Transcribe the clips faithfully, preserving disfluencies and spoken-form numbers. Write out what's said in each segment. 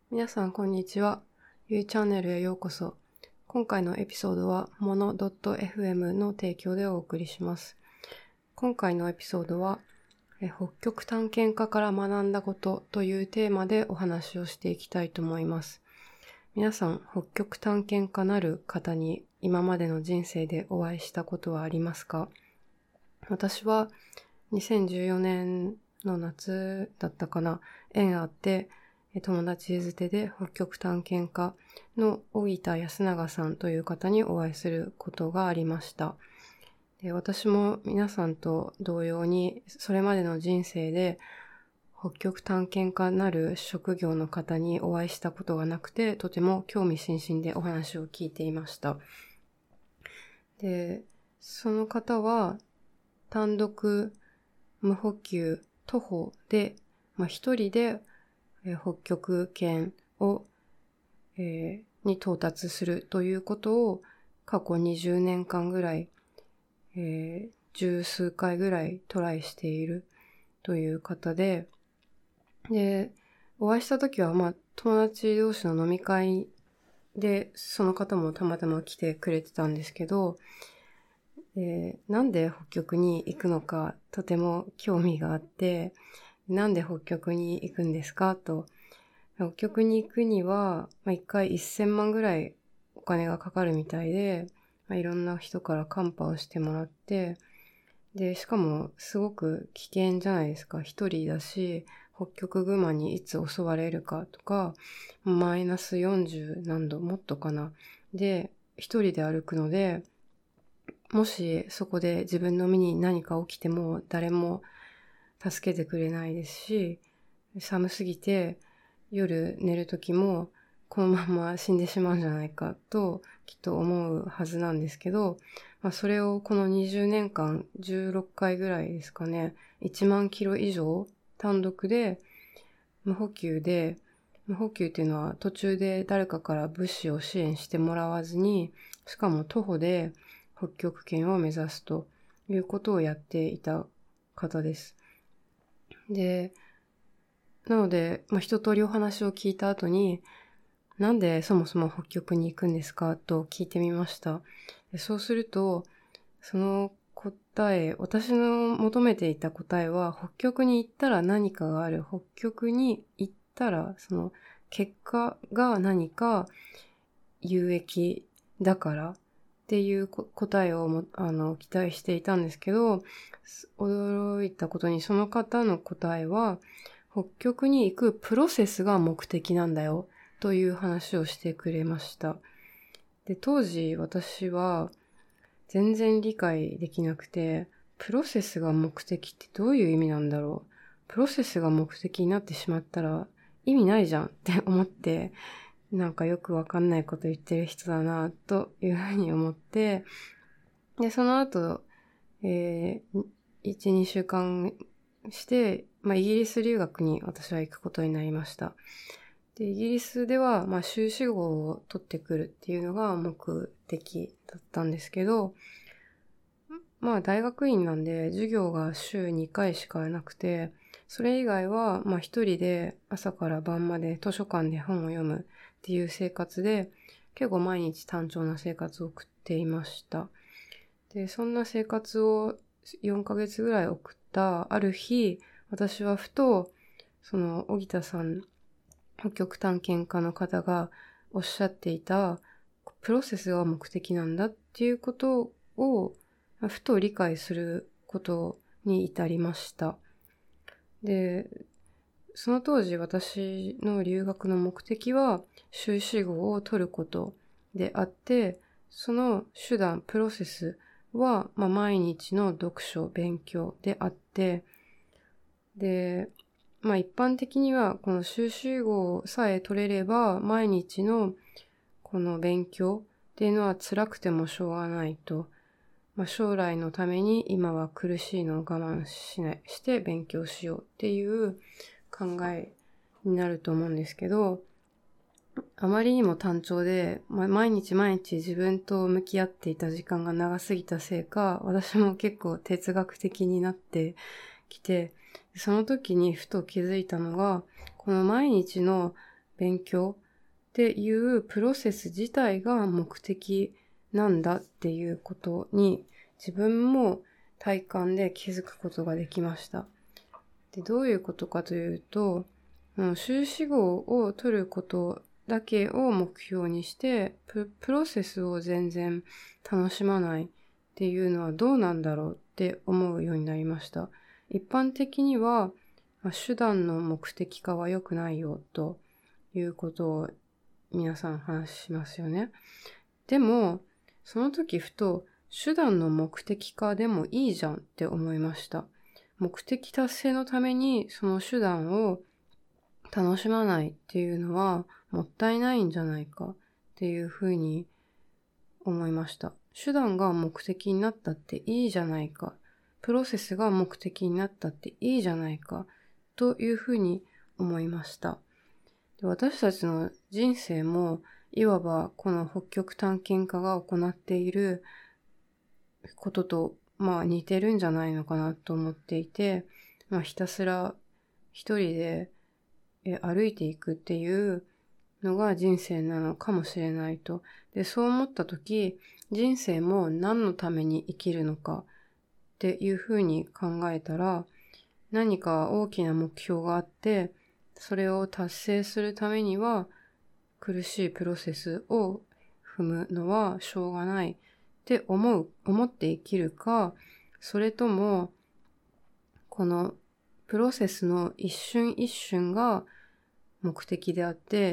皆さんこんにちは。ゆいチャンネルへようこそ。今回のエピソードはモノ .fm の提供でお送りします。今回のエピソードはえ北極探検家から学んだことというテーマでお話をしていきたいと思います。皆さん北極探検家なる方に今までの人生でお会いしたことはありますか？私はにせんじゅうよねんの夏だったかな、縁あって友達づてで北極探検家の荻田康永さんという方にお会いすることがありました。で、私も皆さんと同様にそれまでの人生で北極探検家なる職業の方にお会いしたことがなくて、とても興味津々でお話を聞いていました。で、その方は単独無補給徒歩で、まあ、一人で北極圏を、えー、に到達するということを過去にじゅうねんかんぐらい、えー、十数回ぐらいトライしているという方で、で、お会いした時は、まあ、友達同士の飲み会で、その方もたまたま来てくれてたんですけど、えー、なんで北極に行くのかとても興味があって、なんで北極に行くんですかと、北極に行くには、まあ、いっかいせんまんぐらいお金がかかるみたいで、まあ、いろんな人からカンパをしてもらって、で、しかもすごく危険じゃないですか。一人だし、北極熊にいつ襲われるかとか、マイナスよんじゅうなんど、もっとかな。で、一人で歩くので、もしそこで自分の身に何か起きても誰も助けてくれないですし、寒すぎて夜寝る時もこのまま死んでしまうんじゃないかときっと思うはずなんですけど、まあ、それをこのにじゅうねんかんじゅうろっかいぐらいですかね、いちまんキロ以上単独で無補給で、無補給っていうのは途中で誰かから物資を支援してもらわずに、しかも徒歩で北極圏を目指すということをやっていた方です。で、なので、まあ、一通りお話を聞いた後に、なんでそもそも北極に行くんですかと聞いてみました。そうすると、その答え、私の求めていた答えは、北極に行ったら何かがある。北極に行ったら、その結果が何か有益だからっていう答えをもあの期待していたんですけど、驚いたことにその方の答えは、北極に行くプロセスが目的なんだよという話をしてくれました。で、当時私は全然理解できなくて、プロセスが目的ってどういう意味なんだろう。プロセスが目的になってしまったら意味ないじゃんって思って、なんかよくわかんないこと言ってる人だなというふうに思って、で、その後、えー、いち、にしゅうかんして、まあ、イギリス留学に私は行くことになりました。で、イギリスでは、まあ、修士号を取ってくるっていうのが目的だったんですけど、まあ、大学院なんで、授業が週にかいしかなくて、それ以外は、まあ、一人で朝から晩まで図書館で本を読むっていう生活で、結構毎日単調な生活を送っていました。で、そんな生活をよんかげつぐらい送ったある日、私はふと、その、荻田さん、北極探検家の方がおっしゃっていた、プロセスが目的なんだっていうことを、ふと理解することに至りました。で、その当時私の留学の目的は修士号を取ることであって、その手段、プロセスは、まあ、毎日の読書、勉強であって、で、まあ一般的にはこの修士号さえ取れれば毎日のこの勉強っていうのは辛くてもしょうがないと。まあ、将来のために今は苦しいのを我慢しない、して勉強しようっていう考えになると思うんですけど、あまりにも単調で、まあ、毎日毎日自分と向き合っていた時間が長すぎたせいか、私も結構哲学的になってきて、その時にふと気づいたのが、この毎日の勉強っていうプロセス自体が目的なんだっていうことに自分も体感で気づくことができました。で、どういうことかというと、もう修士号を取ることだけを目標にしてプ、プロセスを全然楽しまないっていうのはどうなんだろうって思うようになりました。一般的には、手段の目的化は良くないよということを皆さん話しますよね。でも、その時ふと手段の目的化でもいいじゃんって思いました。目的達成のためにその手段を楽しまないっていうのはもったいないんじゃないかっていうふうに思いました。手段が目的になったっていいじゃないか。プロセスが目的になったっていいじゃないかというふうに思いました。で、私たちの人生もいわばこの北極探検家が行っていることとまあ似てるんじゃないのかなと思っていて、まあひたすら一人で歩いていくっていうのが人生なのかもしれないと。で、そう思ったとき、人生も何のために生きるのかっていうふうに考えたら、何か大きな目標があって、それを達成するためには苦しいプロセスを踏むのはしょうがないって思う、思って生きるか、それともこのプロセスの一瞬一瞬が目的であって、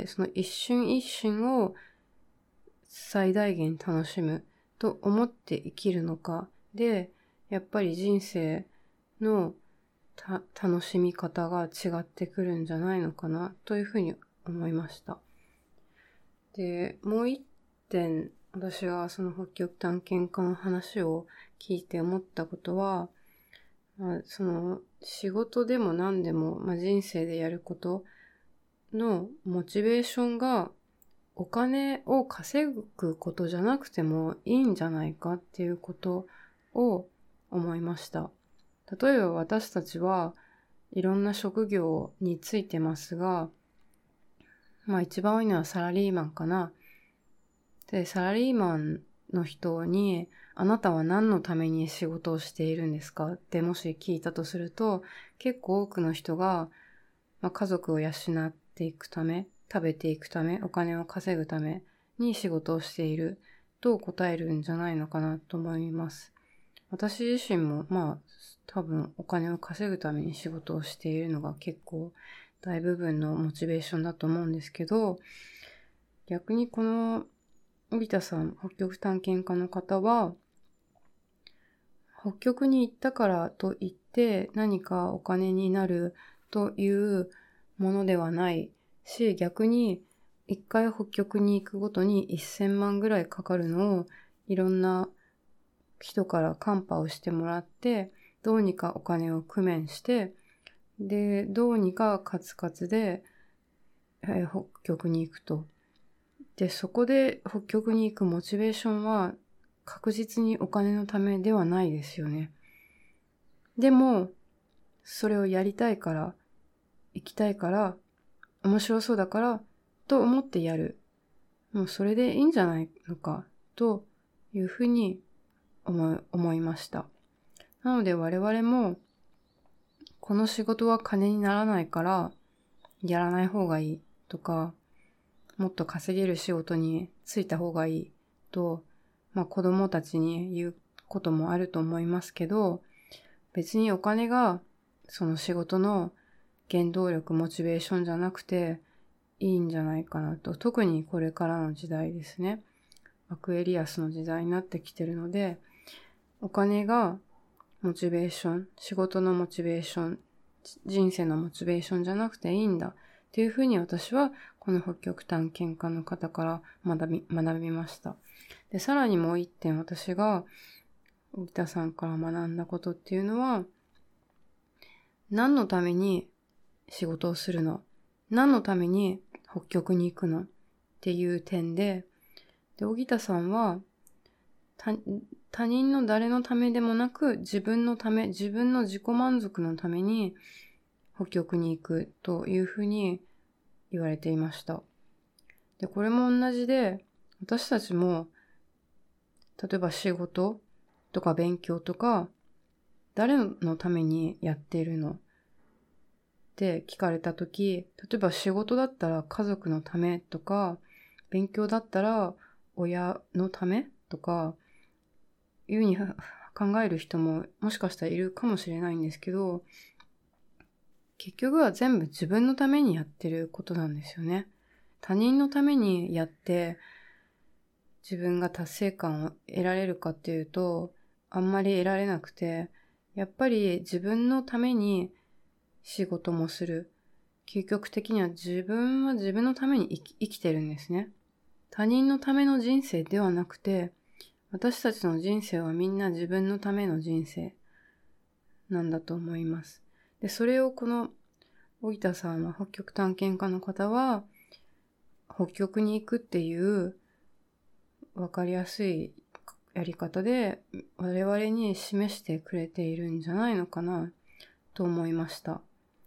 その一瞬一瞬を最大限楽しむと思って生きるのかで、やっぱり人生のた楽しみ方が違ってくるんじゃないのかなというふうに思いました。で、もう一点、私がその北極探検家の話を聞いて思ったことは、まあ、その仕事でも何でも、まあ、人生でやることのモチベーションがお金を稼ぐことじゃなくてもいいんじゃないかっていうことを思いました。例えば私たちはいろんな職業についてますが、まあ一番多いのはサラリーマンかな。で、サラリーマンの人にあなたは何のために仕事をしているんですかってもし聞いたとすると、結構多くの人が、まあ、家族を養っていくため、食べていくため、お金を稼ぐために仕事をしていると答えるんじゃないのかなと思います。私自身もまあ多分お金を稼ぐために仕事をしているのが結構大部分のモチベーションだと思うんですけど、逆にこの帯田さん、北極探検家の方は、北極に行ったからといって何かお金になるというものではないし、逆に一回北極に行くごとにせんまんぐらいかかるのをいろんな人からカンパをしてもらって、どうにかお金を工面して、で、どうにかカツカツで、えー、北極に行くと。で、そこで北極に行くモチベーションは確実にお金のためではないですよね。でも、それをやりたいから、行きたいから、面白そうだから、と思ってやる。もうそれでいいんじゃないのか、というふうに思い、思いました。なので我々も、この仕事は金にならないから、やらない方がいいとか、もっと稼げる仕事に就いた方がいいと、まあ子供たちに言うこともあると思いますけど、別にお金がその仕事の原動力、モチベーションじゃなくていいんじゃないかなと。特にこれからの時代ですね。アクエリアスの時代になってきてるので、お金がモチベーション、仕事のモチベーション、人生のモチベーションじゃなくていいんだっていうふうに私はこの北極探検家の方から学び、学びました。で、さらにもう一点私が帯田さんから学んだことっていうのは、何のために仕事をするの？何のために北極に行くの？っていう点で、で、荻田さんは他、他人の誰のためでもなく自分のため、自分の自己満足のために北極に行くというふうに言われていました。で、これも同じで、私たちも、例えば仕事とか勉強とか、誰のためにやっているのって聞かれたとき、例えば仕事だったら家族のためとか、勉強だったら親のためとか、いうふうに考える人ももしかしたらいるかもしれないんですけど、結局は全部自分のためにやってることなんですよね。他人のためにやって自分が達成感を得られるかっていうと、あんまり得られなくて、やっぱり自分のために仕事もする。究極的には自分は自分のために生き、生きてるんですね。他人のための人生ではなくて、私たちの人生はみんな自分のための人生なんだと思います。で、それをこの荻田さんは、北極探検家の方は、北極に行くっていうわかりやすいやり方で我々に示してくれているんじゃないのかなと思いました。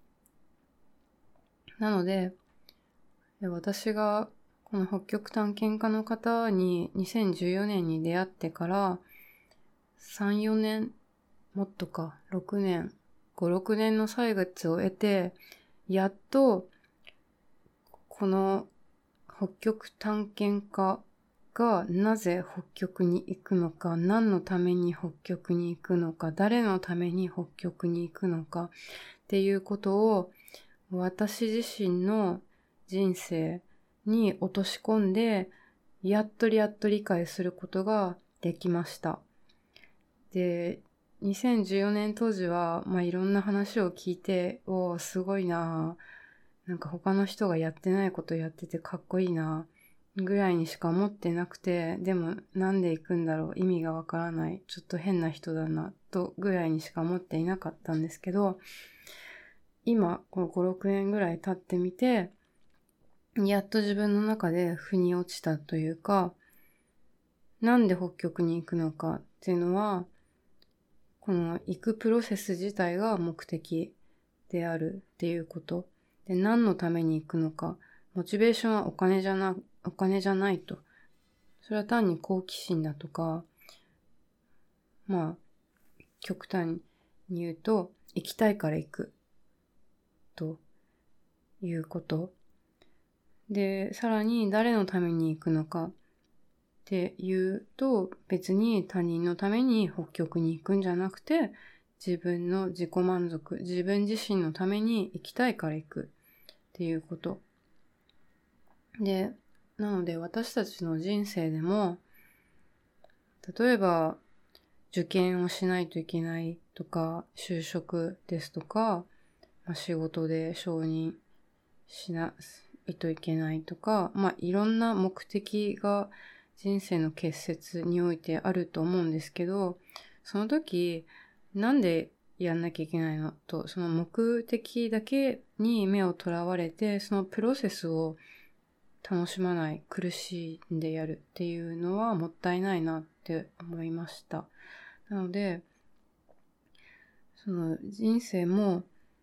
なので、私がこの北極探検家の方ににせんじゅうよねんに出会ってからさん、よねん、もっとかろくねん、ご、ろくねんの歳月を得て、やっとこの北極探検家がなぜ北極に行くのか、何のために北極に行くのか、誰のために北極に行くのかっていうことを私自身の人生に落とし込んで、やっとやっと理解することができました。で、にせんじゅうよねん当時は、まあ、いろんな話を聞いて、おー、すごいなぁ。なんか他の人がやってないことやっててかっこいいなぐらいにしか思ってなくて、でもなんで行くんだろう、意味がわからない、ちょっと変な人だなとぐらいにしか思っていなかったんですけど、今このご、ろくねんぐらい経ってみて、やっと自分の中で腑に落ちたというか、なんで北極に行くのかっていうのは、この行くプロセス自体が目的であるっていうこと。で、何のために行くのか。モチベーションはお金じゃな、お金じゃないと。それは単に好奇心だとか、まあ、極端に言うと、行きたいから行く。ということ。で、さらに誰のために行くのかっていうと、別に他人のために北極に行くんじゃなくて、自分の自己満足、自分自身のために行きたいから行くっていうこと。で、なので私たちの人生でも、例えば受験をしないといけないとか、就職ですとか、まあ、仕事で承認しないといけないとか、まあいろんな目的が人生の結節においてあると思うんですけど、その時なんでやんなきゃいけないのと、その目的だけに目をとらわれて、そのプロセスを楽しまない、苦しんでやるっていうのはもったいないなって思いました。なので、その人生も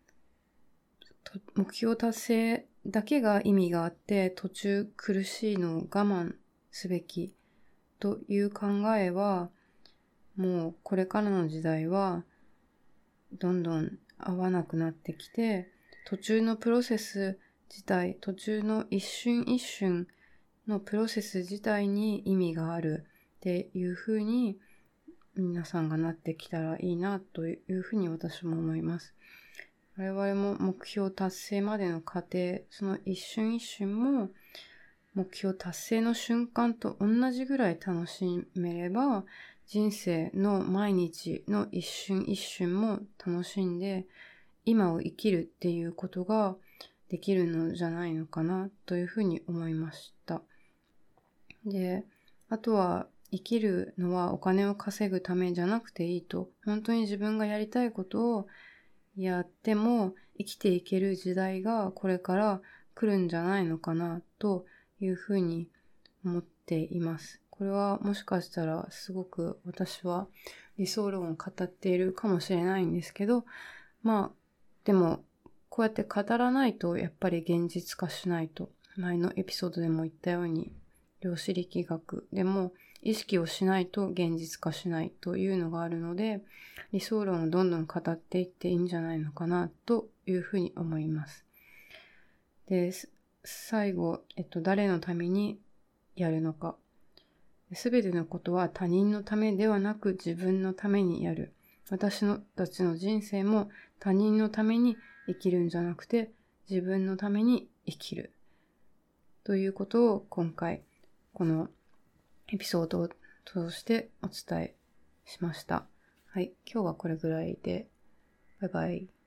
目標達成だけが意味があって、途中苦しいのを我慢すべきという考えは、もうこれからの時代はどんどん合わなくなってきて、途中のプロセス自体、途中の一瞬一瞬のプロセス自体に意味があるっていうふうに皆さんがなってきたらいいなというふうに私も思います。我々も目標達成までの過程、その一瞬一瞬も目標達成の瞬間と同じぐらい楽しめれば、人生の毎日の一瞬一瞬も楽しんで今を生きるっていうことができるのじゃないのかなというふうに思いました。で、あとは生きるのはお金を稼ぐためじゃなくていいと、本当に自分がやりたいことをやっても生きていける時代がこれから来るんじゃないのかなというふうに思っています。これはもしかしたらすごく私は理想論を語っているかもしれないんですけど、まあでもこうやって語らないとやっぱり現実化しないと。前のエピソードでも言ったように、量子力学でも意識をしないと現実化しないというのがあるので、理想論をどんどん語っていっていいんじゃないのかなというふうに思います。で、最後、えっと、誰のためにやるのか。すべてのことは他人のためではなく自分のためにやる。私たちの人生も他人のために生きるんじゃなくて自分のために生きる。ということを今回このエピソードを通してお伝えしました。はい、今日はこれぐらいで。バイバイ。